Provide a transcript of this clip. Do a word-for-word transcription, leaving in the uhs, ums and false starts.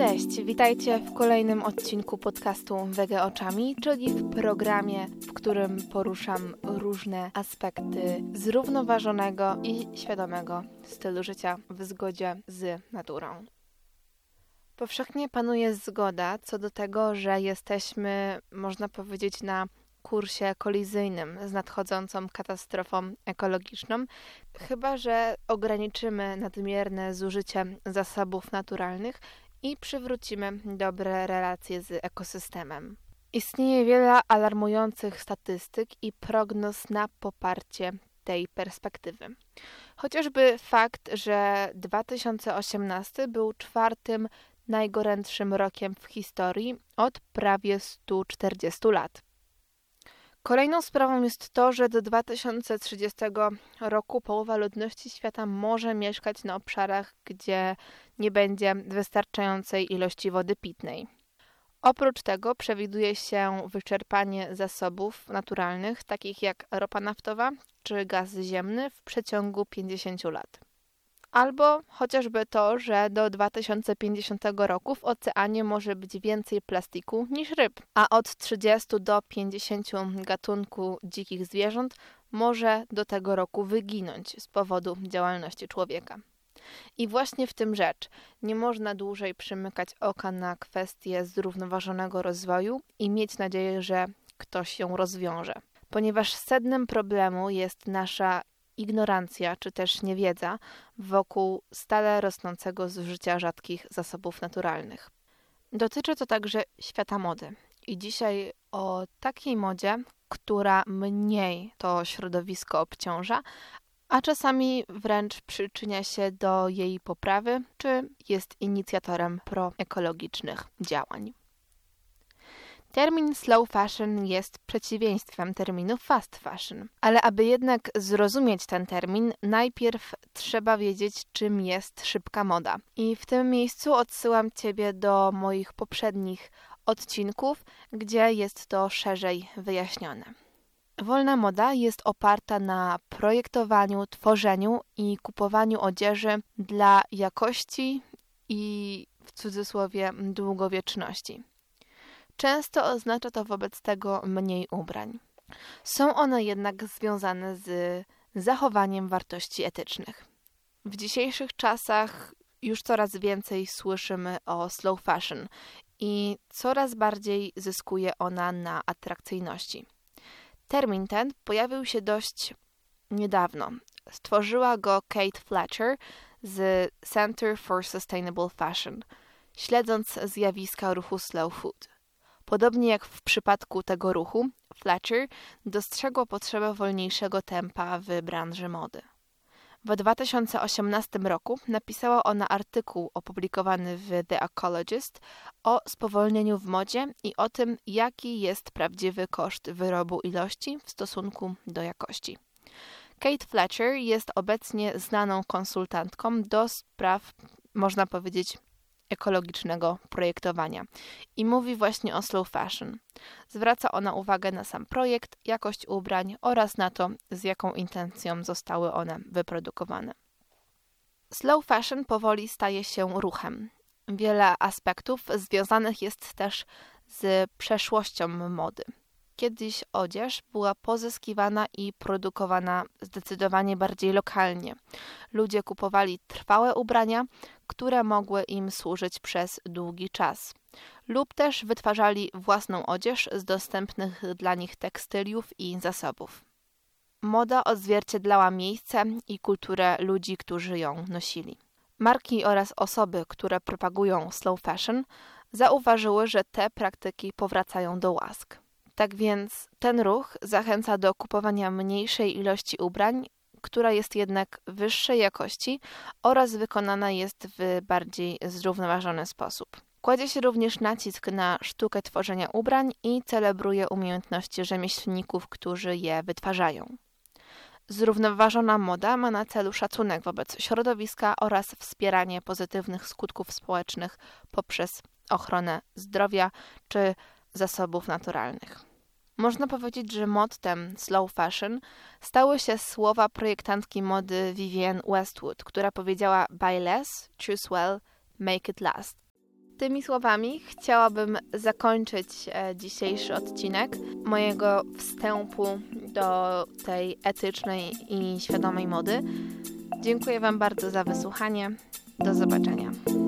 Cześć, witajcie w kolejnym odcinku podcastu Wege Oczami, czyli w programie, w którym poruszam różne aspekty zrównoważonego i świadomego stylu życia w zgodzie z naturą. Powszechnie panuje zgoda co do tego, że jesteśmy, można powiedzieć, na kursie kolizyjnym z nadchodzącą katastrofą ekologiczną, chyba że ograniczymy nadmierne zużycie zasobów naturalnych i przywrócimy dobre relacje z ekosystemem. Istnieje wiele alarmujących statystyk i prognoz na poparcie tej perspektywy. Chociażby fakt, że dwa tysiące osiemnasty był czwartym najgorętszym rokiem w historii od prawie stu czterdziestu lat. Kolejną sprawą jest to, że do dwa tysiące trzydziestego roku połowa ludności świata może mieszkać na obszarach, gdzie nie będzie wystarczającej ilości wody pitnej. Oprócz tego przewiduje się wyczerpanie zasobów naturalnych, takich jak ropa naftowa czy gaz ziemny w przeciągu pięćdziesięciu lat. Albo chociażby to, że do dwa tysiące pięćdziesiątego roku w oceanie może być więcej plastiku niż ryb, a od trzydziestu do pięćdziesięciu gatunków dzikich zwierząt może do tego roku wyginąć z powodu działalności człowieka. I właśnie w tym rzecz. Nie można dłużej przymykać oka na kwestię zrównoważonego rozwoju i mieć nadzieję, że ktoś ją rozwiąże. Ponieważ sednem problemu jest nasza ignorancja czy też niewiedza wokół stale rosnącego zużycia rzadkich zasobów naturalnych. Dotyczy to także świata mody. I dzisiaj o takiej modzie, która mniej to środowisko obciąża, a czasami wręcz przyczynia się do jej poprawy, czy jest inicjatorem proekologicznych działań. Termin slow fashion jest przeciwieństwem terminu fast fashion, ale aby jednak zrozumieć ten termin, najpierw trzeba wiedzieć, czym jest szybka moda. I w tym miejscu odsyłam Ciebie do moich poprzednich odcinków, gdzie jest to szerzej wyjaśnione. Wolna moda jest oparta na projektowaniu, tworzeniu i kupowaniu odzieży dla jakości i w cudzysłowie długowieczności. Często oznacza to wobec tego mniej ubrań. Są one jednak związane z zachowaniem wartości etycznych. W dzisiejszych czasach już coraz więcej słyszymy o slow fashion i coraz bardziej zyskuje ona na atrakcyjności. Termin ten pojawił się dość niedawno. Stworzyła go Kate Fletcher z Center for Sustainable Fashion, śledząc zjawiska ruchu slow food. Podobnie jak w przypadku tego ruchu, Fletcher dostrzegła potrzebę wolniejszego tempa w branży mody. W dwa tysiące osiemnastym roku napisała ona artykuł opublikowany w The Ecologist o spowolnieniu w modzie i o tym, jaki jest prawdziwy koszt wyrobu ilości w stosunku do jakości. Kate Fletcher jest obecnie znaną konsultantką do spraw, można powiedzieć, ekologicznego projektowania i mówi właśnie o slow fashion. Zwraca ona uwagę na sam projekt, jakość ubrań oraz na to, z jaką intencją zostały one wyprodukowane. Slow fashion powoli staje się ruchem. Wiele aspektów związanych jest też z przeszłością mody. Kiedyś odzież była pozyskiwana i produkowana zdecydowanie bardziej lokalnie. Ludzie kupowali trwałe ubrania, które mogły im służyć przez długi czas. Lub też wytwarzali własną odzież z dostępnych dla nich tekstyliów i zasobów. Moda odzwierciedlała miejsce i kulturę ludzi, którzy ją nosili. Marki oraz osoby, które propagują slow fashion, zauważyły, że te praktyki powracają do łask. Tak więc ten ruch zachęca do kupowania mniejszej ilości ubrań, która jest jednak wyższej jakości oraz wykonana jest w bardziej zrównoważony sposób. Kładzie się również nacisk na sztukę tworzenia ubrań i celebruje umiejętności rzemieślników, którzy je wytwarzają. Zrównoważona moda ma na celu szacunek wobec środowiska oraz wspieranie pozytywnych skutków społecznych poprzez ochronę zdrowia czy zasobów naturalnych. Można powiedzieć, że mottem slow fashion stały się słowa projektantki mody Vivienne Westwood, która powiedziała: "Buy less, choose well, make it last". Tymi słowami chciałabym zakończyć e, dzisiejszy odcinek mojego wstępu do tej etycznej i świadomej mody. Dziękuję Wam bardzo za wysłuchanie. Do zobaczenia.